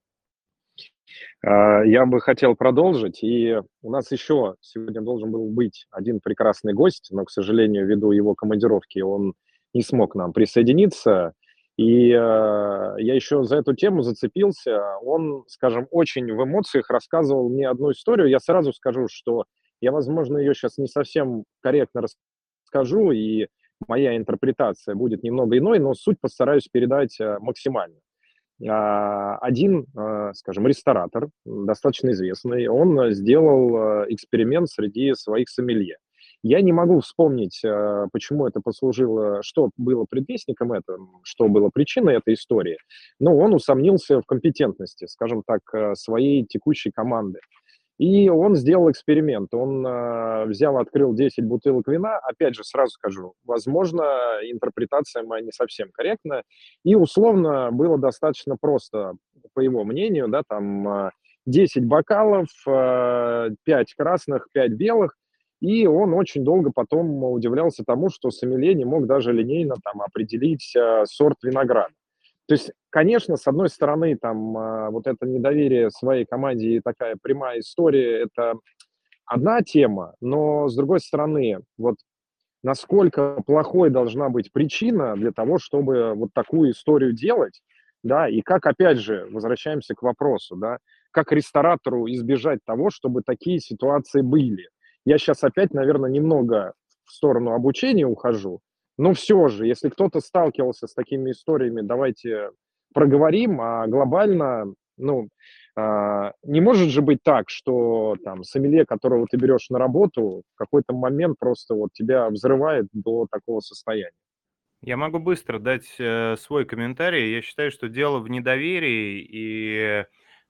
Я бы хотел продолжить, и у нас еще сегодня должен был быть один прекрасный гость, но, к сожалению, ввиду его командировки он не смог к нам присоединиться, и я еще за эту тему зацепился. Он, скажем, очень в эмоциях рассказывал мне одну историю. Я сразу скажу, что я, возможно, ее сейчас не совсем корректно расскажу, и моя интерпретация будет немного иной, но суть постараюсь передать максимально. Один, скажем, ресторатор, достаточно известный, он сделал эксперимент среди своих сомелье. Я не могу вспомнить, почему это послужило, что было предвестником этого, что было причиной этой истории, но он усомнился в компетентности, скажем так, своей текущей команды. И он сделал эксперимент. Он открыл 10 бутылок вина. Опять же, сразу скажу, возможно, интерпретация моя не совсем корректная. И условно было достаточно просто, по его мнению, да, там 10 бокалов, 5 красных, 5 белых. И он очень долго потом удивлялся тому, что сомелье не мог даже линейно там определить сорт винограда. То есть, конечно, с одной стороны, там вот это недоверие своей команде и такая прямая история – это одна тема, но с другой стороны, вот насколько плохой должна быть причина для того, чтобы вот такую историю делать, да, и как, опять же, возвращаемся к вопросу, да, как ресторатору избежать того, чтобы такие ситуации были. Я сейчас опять, наверное, немного в сторону обучения ухожу, но все же, если кто-то сталкивался с такими историями, давайте проговорим, а глобально, ну, не может же быть так, что там сомелье, которого ты берешь на работу, в какой-то момент просто вот тебя взрывает до такого состояния. Я могу быстро дать свой комментарий. Я считаю, что дело в недоверии и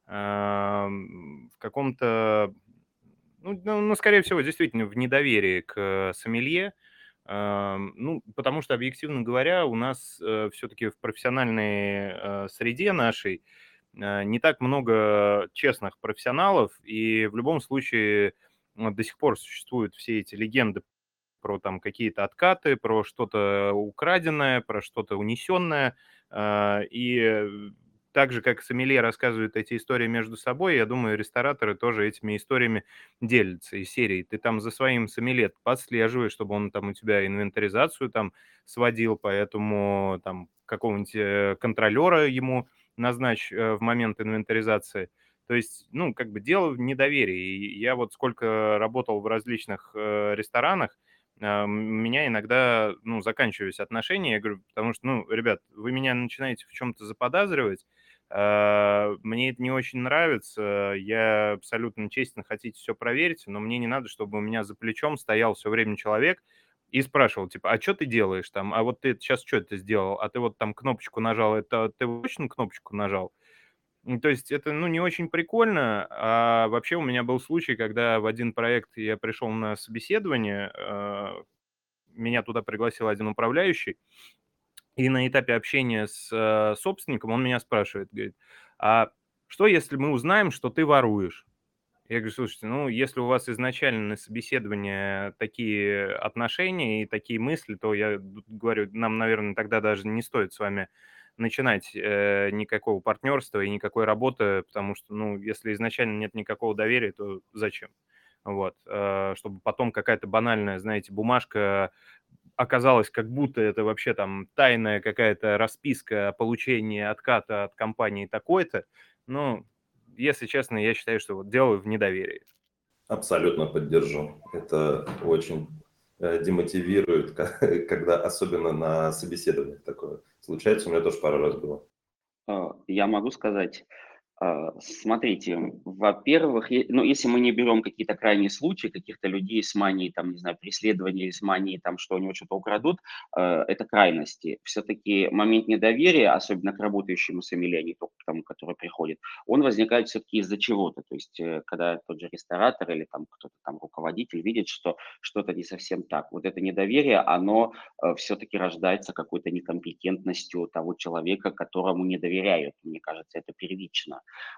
в каком-то, скорее всего, действительно в недоверии к сомелье. Ну, потому что, объективно говоря, у нас все-таки в профессиональной среде нашей не так много честных профессионалов, и в любом случае до сих пор существуют все эти легенды про там какие-то откаты, про что-то украденное, про что-то унесенное. И так же, как сомелье рассказывают эти истории между собой, я думаю, рестораторы тоже этими историями делятся из серии. Ты там за своим сомелье подслеживаешь, чтобы он там у тебя инвентаризацию там сводил, поэтому там какого-нибудь контролера ему назначь в момент инвентаризации. То есть, ну, как бы дело в недоверии. И я вот сколько работал в различных ресторанах, у меня иногда, ну, заканчивались отношения, я говорю, потому что, ну, ребят, вы меня начинаете в чем-то заподозривать, мне это не очень нравится, я абсолютно честно, хотите все проверить, но мне не надо, чтобы у меня за плечом стоял все время человек и спрашивал, типа, а что ты делаешь там, а вот ты сейчас что это сделал, а ты вот там кнопочку нажал, это ты точно кнопочку нажал? То есть это, ну, не очень прикольно. А вообще у меня был случай, когда в один проект я пришел на собеседование, меня туда пригласил один управляющий, и на этапе общения с собственником он меня спрашивает, говорит, а что, если мы узнаем, что ты воруешь? Я говорю, слушайте, ну, если у вас изначально на собеседование такие отношения и такие мысли, то я говорю, нам, наверное, тогда даже не стоит с вами начинать никакого партнерства и никакой работы, потому что, ну, если изначально нет никакого доверия, то зачем? Вот, чтобы потом какая-то банальная, знаете, бумажка оказалась, как будто это вообще там тайная какая-то расписка о получении отката от компании такой-то. Ну, если честно, я считаю, что вот дело в недоверии. Абсолютно поддержу. Это очень демотивирует, когда особенно на собеседованиях такое случается. У меня тоже пару раз было. Я могу сказать, смотрите, во-первых, ну, если мы не берем какие-то крайние случаи, каких-то людей с манией, там, не знаю, преследования или с манией, там, что у него что-то украдут, это крайности. Все-таки момент недоверия, особенно к работающему сомелье, а не только к тому, который приходит, он возникает все-таки из-за чего-то. То есть, когда тот же ресторатор или там кто-то там руководитель видит, что что-то не совсем так. Вот это недоверие, оно все-таки рождается какой-то некомпетентностью того человека, которому не доверяют. Мне кажется, это первично.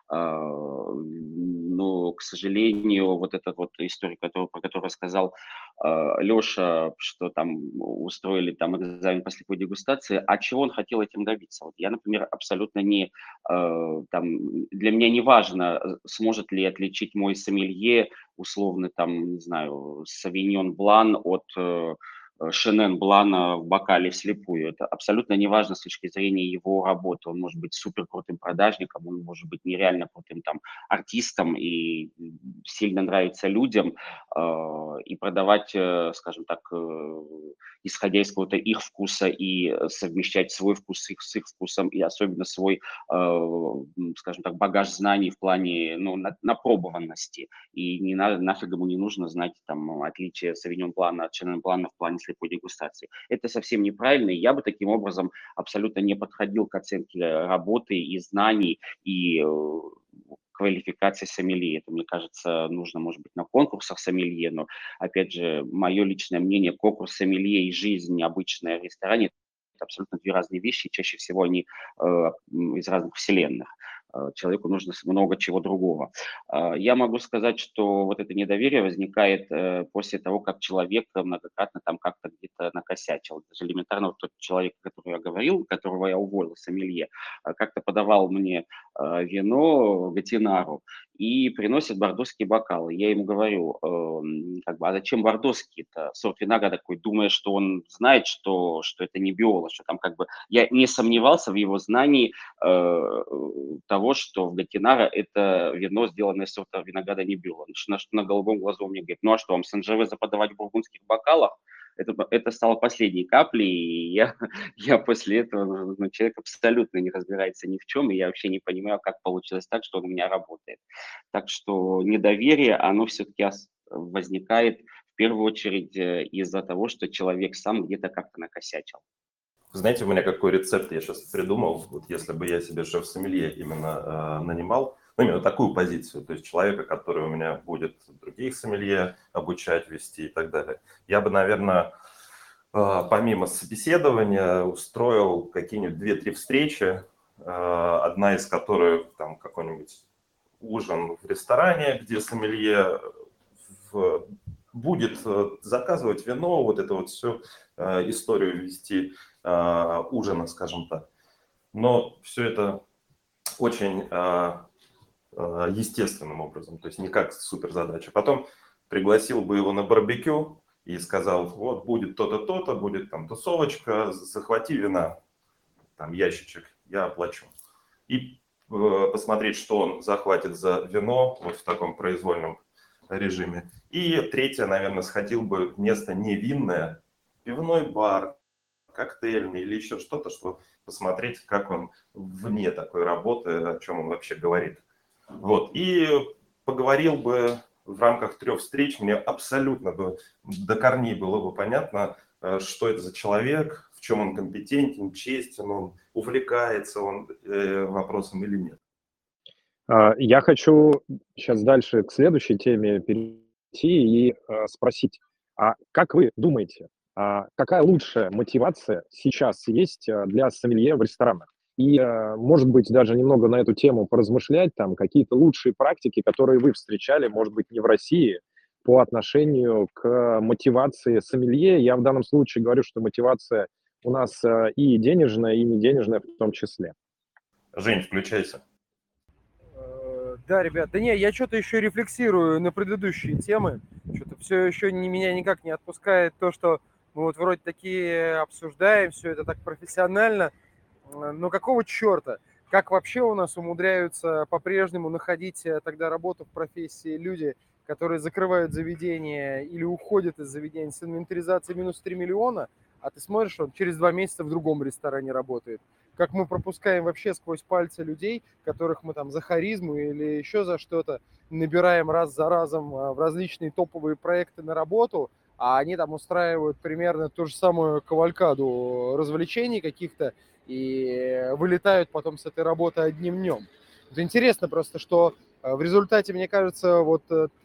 Но, к сожалению, вот эта вот история, про которую сказал Леша, что там устроили там экзамен по слепой дегустации, а чего он хотел этим добиться? Вот я, например, абсолютно не, для меня не важно, сможет ли отличить мой сомелье, условно, там, не знаю, Савиньон Блан от Шенен Блана в бокале вслепую. Это абсолютно неважно с точки зрения его работы. Он может быть супер крутым продажником, он может быть нереально крутым там артистом и сильно нравится людям. И продавать, скажем так, исходя из какого-то их вкуса и совмещать свой вкус с их вкусом и особенно свой, скажем так, багаж знаний в плане, ну, напробованности. И не надо, нафиг ему не нужно знать там отличие Савиньон Блана от Шенен Блана в плане слепой дегустации. Это совсем неправильно, и я бы таким образом абсолютно не подходил к оценке работы и знаний, и квалификации сомелье. Это, мне кажется, нужно, может быть, на конкурсах сомелье, но, опять же, мое личное мнение, конкурс сомелье и жизнь обычная в ресторане – это абсолютно две разные вещи, чаще всего они из разных вселенных. Человеку нужно много чего другого. Я могу сказать, что вот это недоверие возникает после того, как человек многократно там как-то где-то накосячил. Даже элементарно вот тот человек, о котором я говорил, которого я уволил, сомелье, как-то подавал мне вино Гатинару и приносит бордоские бокалы. Я ему говорю, как бы, а зачем бордоские-то? Сорт винограда такой, думая, что он знает, что это не биола, что там как бы... Я не сомневался в его знании того, что в Гатинара это вино, сделанное из сорта винограда Небюла. На голубом глазу мне говорит, ну а что, вам Санжевеза подавать в бургундских бокалах? это стало последней каплей, и я после этого, человек абсолютно не разбирается ни в чем, и я вообще не понимаю, как получилось так, что он у меня работает. Так что недоверие, оно все-таки возникает в первую очередь из-за того, что человек сам где-то как-то накосячил. Знаете, у меня какой рецепт я сейчас придумал, вот если бы я себе шеф-сомелье именно нанимал, именно такую позицию, то есть человека, который у меня будет других сомелье обучать, вести и так далее. Я бы, наверное, помимо собеседования устроил какие-нибудь 2-3 встречи, одна из которых там какой-нибудь ужин в ресторане, где сомелье будет заказывать вино, вот эту вот всю историю вести ужина, скажем так. Но все это очень естественным образом, то есть не как суперзадача. Потом пригласил бы его на барбекю и сказал, вот будет то-то, то-то, будет там тусовочка, захвати вина, там ящичек, я оплачу. И посмотреть, что он захватит за вино вот в таком произвольном режиме. И третье, наверное, сходил бы в место не винное, пивной бар, коктейльный или еще что-то, чтобы посмотреть, как он вне такой работы, о чем он вообще говорит. Вот. И поговорил бы в рамках 3 встреч, мне абсолютно бы до корней было бы понятно, что это за человек, в чем он компетентен, честен, он увлекается он вопросом или нет. Я хочу сейчас дальше к следующей теме перейти и спросить, а как вы думаете, какая лучшая мотивация сейчас есть для сомелье в ресторанах? И, может быть, даже немного на эту тему поразмышлять, там какие-то лучшие практики, которые вы встречали, может быть, не в России, по отношению к мотивации сомелье. Я в данном случае говорю, что мотивация у нас и денежная, и не денежная в том числе. Жень, включайся. Да, ребят, да не, я что-то еще рефлексирую на предыдущие темы. Что-то все еще меня никак не отпускает то, что мы вот вроде такие обсуждаем, все это так профессионально. Но какого черта? Как вообще у нас умудряются по-прежнему находить тогда работу в профессии люди, которые закрывают заведение или уходят из заведения с инвентаризацией минус 3 миллиона, а ты смотришь, он через 2 месяца в другом ресторане работает. Как мы пропускаем вообще сквозь пальцы людей, которых мы там за харизму или еще за что-то набираем раз за разом в различные топовые проекты на работу, а они там устраивают примерно ту же самую кавалькаду развлечений каких-то и вылетают потом с этой работы одним днем. Это интересно просто, что в результате, мне кажется, вот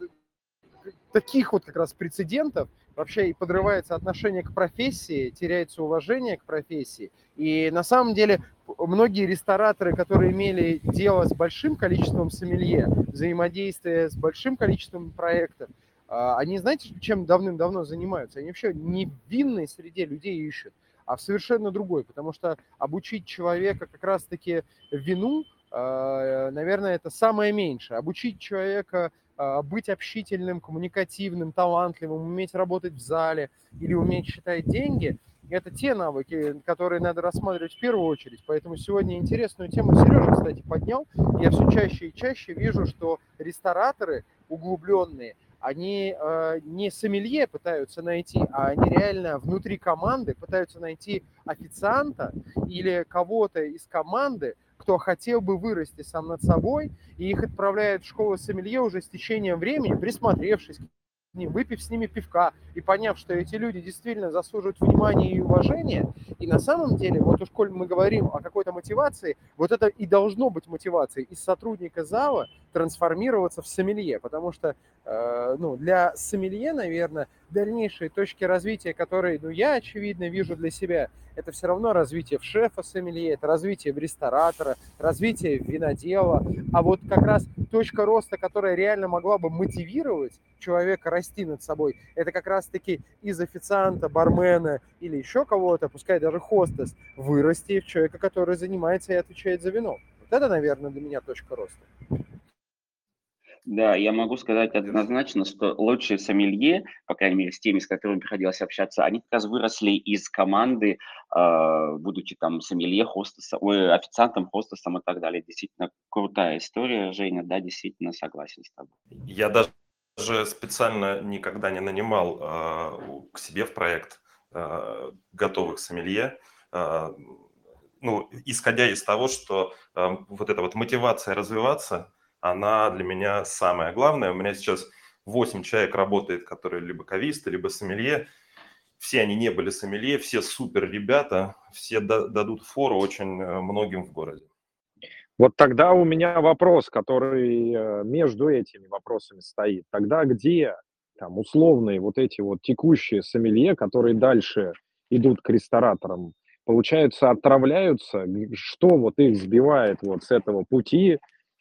таких вот как раз прецедентов вообще и подрывается отношение к профессии, теряется уважение к профессии. И на самом деле многие рестораторы, которые имели дело с большим количеством сомелье, взаимодействие с большим количеством проектов, они, знаете, чем давным-давно занимаются? Они вообще не в винной среде людей ищут, а в совершенно другой. Потому что обучить человека как раз-таки вину, наверное, это самое меньшее. Обучить человека быть общительным, коммуникативным, талантливым, уметь работать в зале или уметь считать деньги – это те навыки, которые надо рассматривать в первую очередь. Поэтому сегодня интересную тему Сережа, кстати, поднял. Я все чаще и чаще вижу, что рестораторы углубленные, они не сомелье пытаются найти, а они реально внутри команды пытаются найти официанта или кого-то из команды, кто хотел бы вырасти сам над собой, и их отправляют в школу сомелье уже с течением времени, присмотревшись к ним, выпив с ними пивка и поняв, что эти люди действительно заслуживают внимания и уважения. И на самом деле, вот уж коль мы говорим о какой-то мотивации, вот это и должно быть мотивацией из сотрудника зала трансформироваться в сомелье, потому что для сомелье, наверное, дальнейшие точки развития, которые я, очевидно, вижу для себя, это все равно развитие в шефа-сомелье, это развитие в ресторатора, развитие винодела. А вот как раз точка роста, которая реально могла бы мотивировать человека расти над собой, это как раз-таки из официанта, бармена или еще кого-то, пускай даже хостес, вырасти в человека, который занимается и отвечает за вино. Вот это, наверное, для меня точка роста. Да, я могу сказать однозначно, что лучшие сомелье, по крайней мере, с теми, с которыми приходилось общаться, они как раз выросли из команды, будучи там сомелье, хостесом, официантом, хостесом и так далее. Действительно крутая история, Женя, да, действительно согласен с тобой. Я даже специально никогда не нанимал к себе в проект готовых сомелье. Ну, исходя из того, что вот эта вот мотивация развиваться, она для меня самая главная. У меня сейчас 8 человек работает, которые либо кависты, либо сомелье. Все они не были сомелье, все супер ребята, все дадут фору очень многим в городе. Вот тогда у меня вопрос, который между этими вопросами стоит. Тогда где там условные вот эти вот текущие сомелье, которые дальше идут к рестораторам, получается, отравляются? Что вот их сбивает вот с этого пути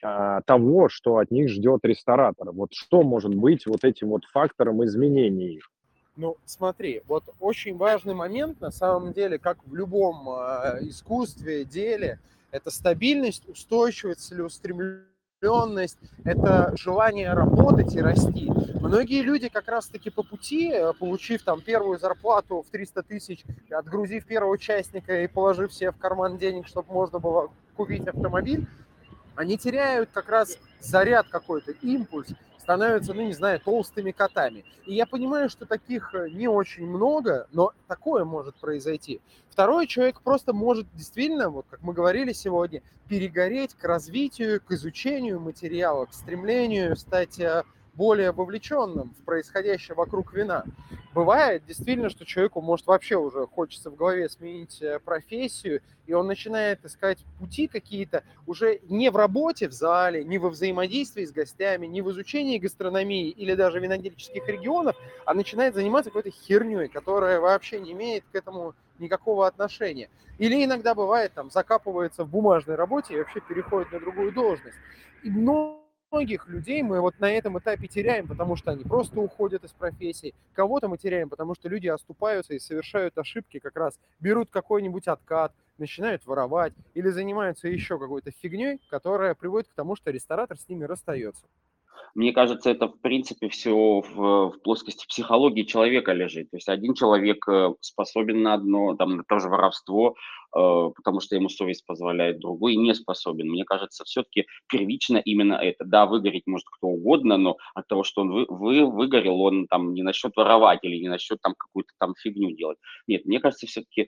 того, что от них ждет ресторатор? Вот что может быть вот этим вот фактором изменения их? Ну, смотри, вот очень важный момент, на самом деле, как в любом искусстве, деле, это стабильность, устойчивость, целеустремленность, это желание работать и расти. Многие люди как раз-таки по пути, получив там первую зарплату в 300 тысяч, отгрузив первого участника и положив себе в карман денег, чтобы можно было купить автомобиль, они теряют как раз заряд какой-то, импульс, становятся, ну не знаю, толстыми котами. И я понимаю, что таких не очень много, но такое может произойти. Второй человек просто может действительно, вот как мы говорили сегодня, перегореть к развитию, к изучению материала, к стремлению стать более вовлеченным в происходящее вокруг вина. Бывает действительно, что человеку может вообще уже хочется в голове сменить профессию, и он начинает искать пути какие-то уже не в работе в зале, не во взаимодействии с гостями, не в изучении гастрономии или даже винодельческих регионов, а начинает заниматься какой-то херней, которая вообще не имеет к этому никакого отношения. Или иногда бывает, там, закапывается в бумажной работе и вообще переходит на другую должность. И многих людей мы вот на этом этапе теряем, потому что они просто уходят из профессии. Кого-то мы теряем, потому что люди оступаются и совершают ошибки, как раз берут какой-нибудь откат, начинают воровать или занимаются еще какой-то фигней, которая приводит к тому, что ресторатор с ними расстается. Мне кажется, это, в принципе, все в плоскости психологии человека лежит. То есть один человек способен на одно, там, на то же воровство, потому что ему совесть позволяет, другой не способен. Мне кажется, все-таки первично именно это. Да, выгореть может кто угодно, но от того, что он выгорел, он там не насчет воровать или не насчет там какую-то там фигню делать. Нет, мне кажется, все-таки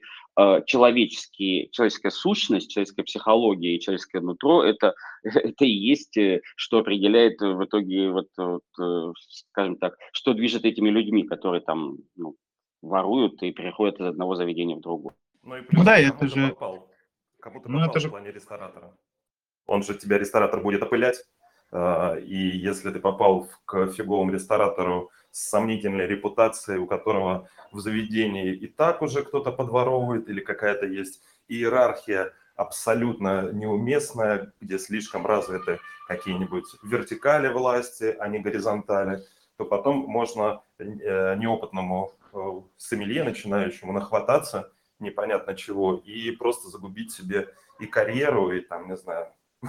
человеческая сущность, человеческая психология и человеческое нутро – это и есть, что определяет в итоге, скажем так, что движет этими людьми, которые там воруют и переходят из одного заведения в другое. Ну и плюс да, ты это же... попал Ну, это в же... плане ресторатора. Он же тебя, ресторатор, будет опылять. И если ты попал к фиговому ресторатору с сомнительной репутацией, у которого в заведении и так уже кто-то подворовывает или какая-то есть иерархия абсолютно неуместная, где слишком развиты какие-нибудь вертикали власти, а не горизонтали, то потом можно неопытному сомелье начинающему нахвататься непонятно чего и просто загубить себе и карьеру, и там, не знаю,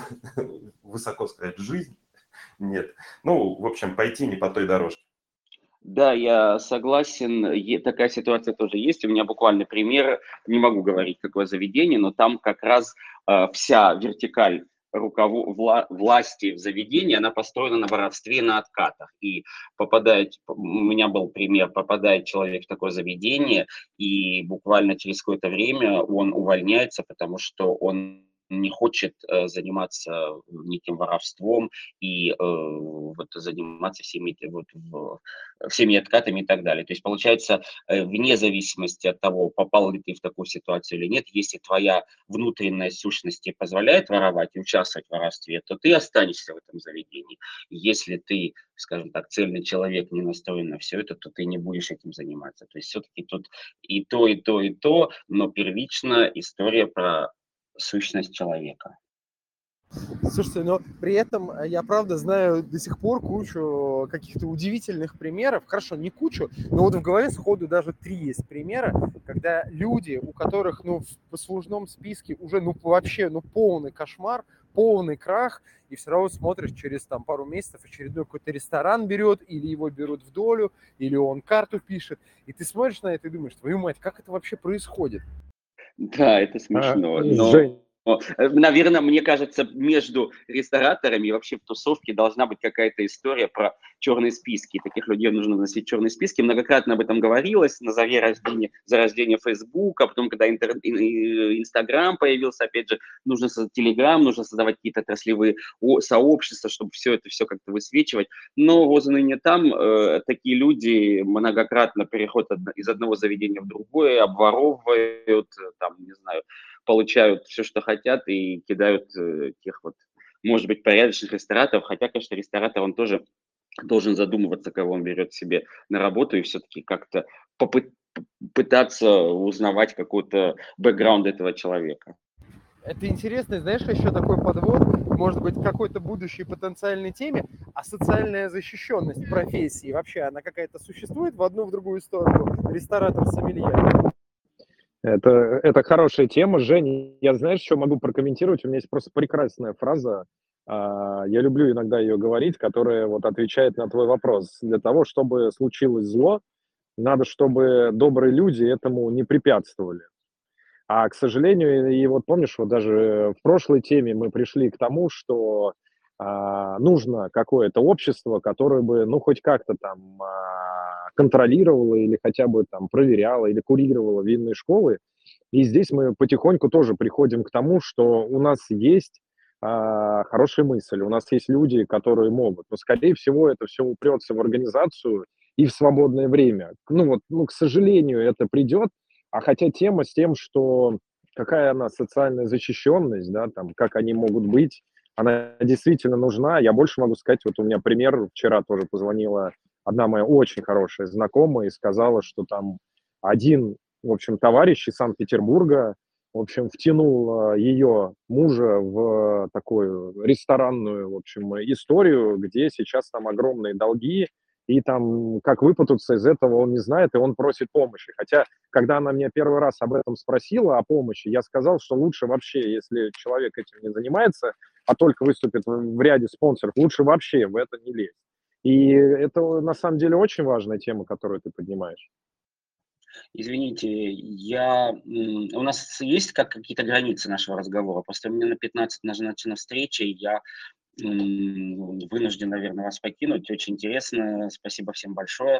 высоко сказать, жизнь. Нет. Ну, в общем, пойти не по той дорожке. Да, я согласен. Такая ситуация тоже есть. У меня буквально пример, не могу говорить, какое заведение, но там как раз вся вертикаль власти в заведении, она построена на воровстве, на откатах. И у меня был пример, попадает человек в такое заведение, и буквально через какое-то время он увольняется, потому что он не хочет заниматься неким воровством и заниматься всеми откатами и так далее. То есть получается, вне зависимости от того, попал ли ты в такую ситуацию или нет, если твоя внутренняя сущность тебе позволяет воровать и участвовать в воровстве, то ты останешься в этом заведении. Если ты, скажем так, цельный человек, не настроен на все это, то ты не будешь этим заниматься. То есть все-таки тут и то, и то, и то, но первично история про сущность человека. Слушайте, но при этом я, правда, знаю до сих пор кучу каких-то удивительных примеров. Хорошо, не кучу, но вот в голове сходу даже 3 есть примера, когда люди, у которых, в послужном списке уже, вообще, полный кошмар, полный крах, и все равно смотришь, через там пару месяцев очередной какой-то ресторан берет, или его берут в долю, или он карту пишет, и ты смотришь на это и думаешь, твою мать, как это вообще происходит? Да, это смешно. Жень, наверное, мне кажется, между рестораторами и вообще в тусовке должна быть какая-то история про черные списки. И таких людей нужно носить черные списки. Многократно об этом говорилось на заре рождения, зарождения Фейсбука, потом, когда Инстаграм появился, опять же, нужно создать Телеграм, нужно создавать какие-то отраслевые сообщества, чтобы все это все как-то высвечивать. Но возле ныне там такие люди многократно переходят из одного заведения в другое, обворовывают, там, не знаю, получают все, что хотят, и кидают тех вот, может быть, порядочных рестораторов. Хотя, конечно, ресторатор, он тоже должен задумываться, кого он берет себе на работу, и все-таки как-то пытаться узнавать какой-то бэкграунд этого человека. Это интересно, знаешь, еще такой подвод, может быть, к какой-то будущей потенциальной теме, а социальная защищенность профессии вообще, она какая-то существует в одну, в другую сторону, ресторатор-сомелье? Это хорошая тема, Женя. Я, знаешь, что могу прокомментировать? У меня есть просто прекрасная фраза. Я люблю иногда ее говорить, которая вот отвечает на твой вопрос. Для того, чтобы случилось зло, надо, чтобы добрые люди этому не препятствовали. А, к сожалению, и вот помнишь, вот даже в прошлой теме мы пришли к тому, что нужно какое-то общество, которое бы, ну, хоть как-то там контролировало или хотя бы там проверяло или курировало винные школы. И здесь мы потихоньку тоже приходим к тому, что у нас есть хорошая мысль, у нас есть люди, которые могут. Но, скорее всего, это все упрется в организацию и в свободное время. Ну, вот, ну, к сожалению, это придет. А хотя тема с тем, что какая она социальная защищенность, да, там, как они могут быть, она действительно нужна. Я больше могу сказать, вот у меня пример, вчера тоже позвонила одна моя очень хорошая знакомая и сказала, что там один, в общем, товарищ из Санкт-Петербурга, в общем, втянул ее мужа в такую ресторанную, в общем, историю, где сейчас там огромные долги, и там как выпутаться из этого он не знает, и он просит помощи. Хотя, когда она меня первый раз об этом спросила, о помощи, я сказал, что лучше вообще, если человек этим не занимается, а только выступит в ряде спонсоров, лучше вообще в это не лезть. И это на самом деле очень важная тема, которую ты поднимаешь. Извините, у нас есть какие-то границы нашего разговора? Просто мне на 15 назначена встреча, и я вынужден, наверное, вас покинуть. Очень интересно. Спасибо всем большое.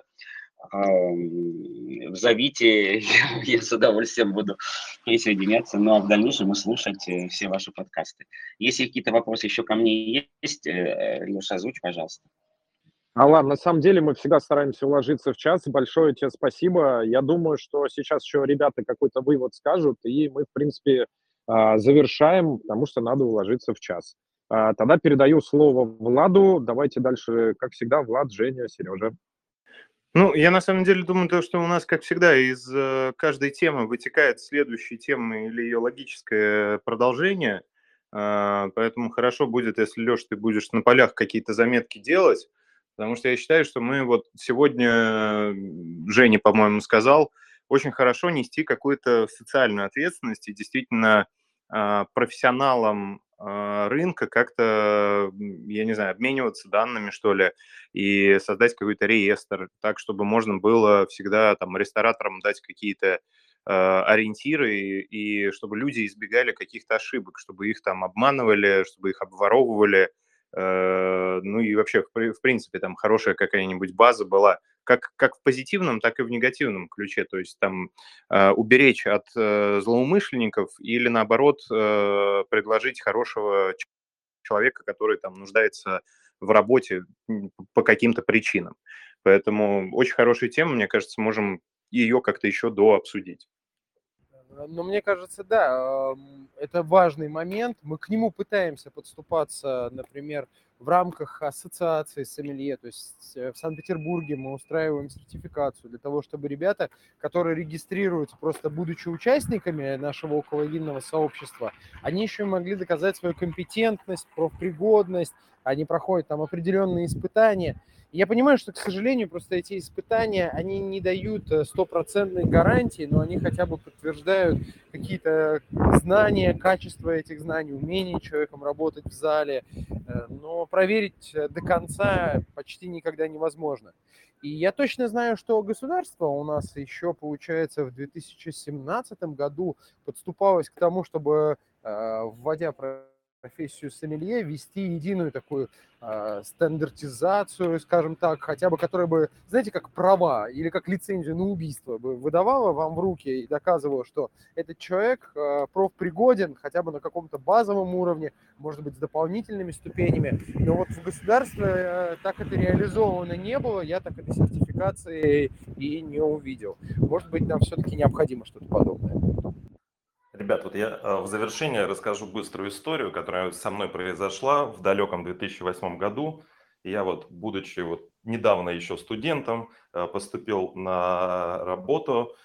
Зовите, я с удовольствием буду присоединяться, ну а в дальнейшем и слушать все ваши подкасты. Если какие-то вопросы еще ко мне есть, Леша, озвучь, пожалуйста. Алан, на самом деле мы всегда стараемся уложиться в час. Большое тебе спасибо. Я думаю, что сейчас еще ребята какой-то вывод скажут, и мы, в принципе, завершаем, потому что надо уложиться в час. Тогда передаю слово Владу. Давайте дальше, как всегда, Влад, Женя, Сережа. Ну, я на самом деле думаю, то, что у нас, как всегда, из каждой темы вытекает следующая тема или ее логическое продолжение. Поэтому хорошо будет, если, Леш, ты будешь на полях какие-то заметки делать, потому что я считаю, что мы вот сегодня, Женя, по-моему, сказал, очень хорошо нести какую-то социальную ответственность и действительно профессионалам рынка как-то, я не знаю, обмениваться данными, что ли, и создать какой-то реестр, так, чтобы можно было всегда там рестораторам дать какие-то ориентиры, и чтобы люди избегали каких-то ошибок, чтобы их там обманывали, чтобы их обворовывали, ну и вообще, в принципе, там хорошая какая-нибудь база была, как в позитивном, так и в негативном ключе, то есть там уберечь от злоумышленников или, наоборот, предложить хорошего человека, который там нуждается в работе по каким-то причинам. Поэтому очень хорошая тема, мне кажется, можем ее как-то еще дообсудить. Но мне кажется, да, это важный момент. Мы к нему пытаемся подступаться, например, в рамках ассоциации сомелье. То есть в Санкт-Петербурге мы устраиваем сертификацию для того, чтобы ребята, которые регистрируются, просто будучи участниками нашего околовинного сообщества, они еще могли доказать свою компетентность, профпригодность, они проходят там определенные испытания. Я понимаю, что, к сожалению, просто эти испытания, они не дают стопроцентной гарантии, но они хотя бы подтверждают какие-то знания, качество этих знаний, умение человеком работать в зале, но проверить до конца почти никогда невозможно. И я точно знаю, что государство у нас еще, получается, в 2017 году подступалось к тому, чтобы, вводя профессию сомелье, ввести единую такую стандартизацию, скажем так, хотя бы которая бы, знаете, как права или как лицензию на убийство бы выдавала вам в руки и доказывала, что этот человек профпригоден хотя бы на каком-то базовом уровне, может быть, с дополнительными ступенями. Но вот в государстве так это реализовано не было, я так этой сертификации и не увидел. Может быть, нам все-таки необходимо что-то подобное. Ребят, вот я в завершение расскажу быструю историю, которая со мной произошла в далеком 2008 году. Я вот, будучи вот недавно еще студентом, поступил на работу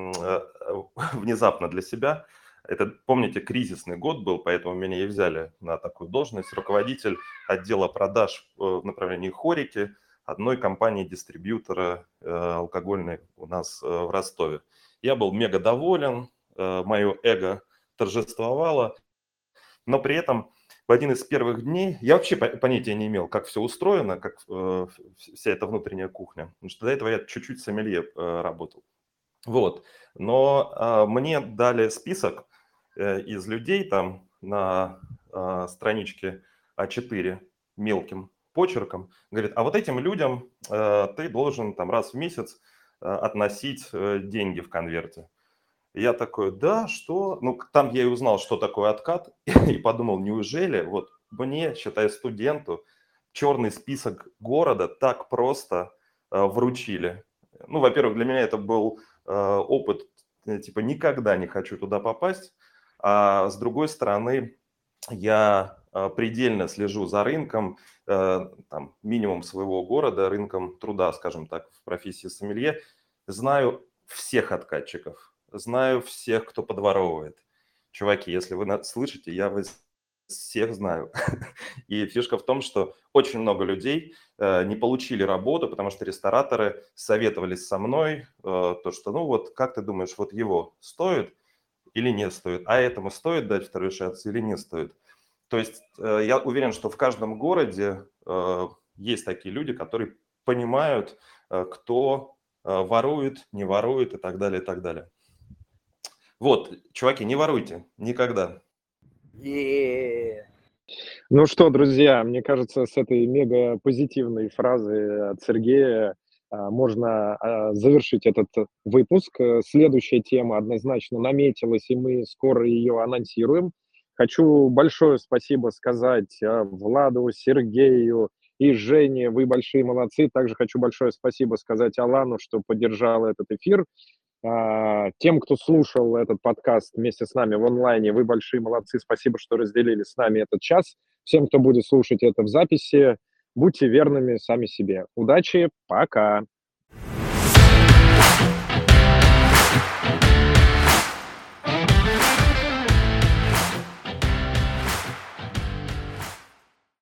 внезапно для себя. Это, помните, кризисный год был, поэтому меня и взяли на такую должность. Руководитель отдела продаж в направлении хорики одной компании-дистрибьютора алкогольной у нас в Ростове. Я был мега доволен. Мое эго торжествовало, но при этом в один из первых дней я вообще понятия не имел, как все устроено, как вся эта внутренняя кухня, потому что до этого я чуть-чуть сомелье работал. Вот. Но мне дали список из людей там на страничке А4 мелким почерком. Говорит, а вот этим людям ты должен там раз в месяц относить деньги в конверте. Я такой, да, что? Ну, там я и узнал, что такое откат, и подумал, неужели вот мне, считай, студенту, черный список города так просто вручили. Ну, во-первых, для меня это был опыт, типа, никогда не хочу туда попасть, а с другой стороны, я предельно слежу за рынком, там, минимум своего города, рынком труда, скажем так, в профессии сомелье, знаю всех откатчиков. Знаю всех, кто подворовывает. Чуваки, если вы слышите, я вас всех знаю. И фишка в том, что очень много людей не получили работу, потому что рестораторы советовались со мной, то, что, ну вот, как ты думаешь, вот его стоит или не стоит, а этому стоит дать второй шанс или не стоит. То есть я уверен, что в каждом городе есть такие люди, которые понимают, кто ворует, не ворует и так далее, и так далее. Вот, чуваки, не воруйте никогда. Ну что, друзья, мне кажется, с этой мега позитивной фразы от Сергея можно завершить этот выпуск. Следующая тема однозначно наметилась, и мы скоро ее анонсируем. Хочу большое спасибо сказать Владу, Сергею и Жене. Вы большие молодцы. Также хочу большое спасибо сказать Алану, что поддержал этот эфир. Тем, кто слушал этот подкаст вместе с нами в онлайне, вы большие молодцы. Спасибо, что разделили с нами этот час. Всем, кто будет слушать это в записи, будьте верными сами себе. Удачи, пока!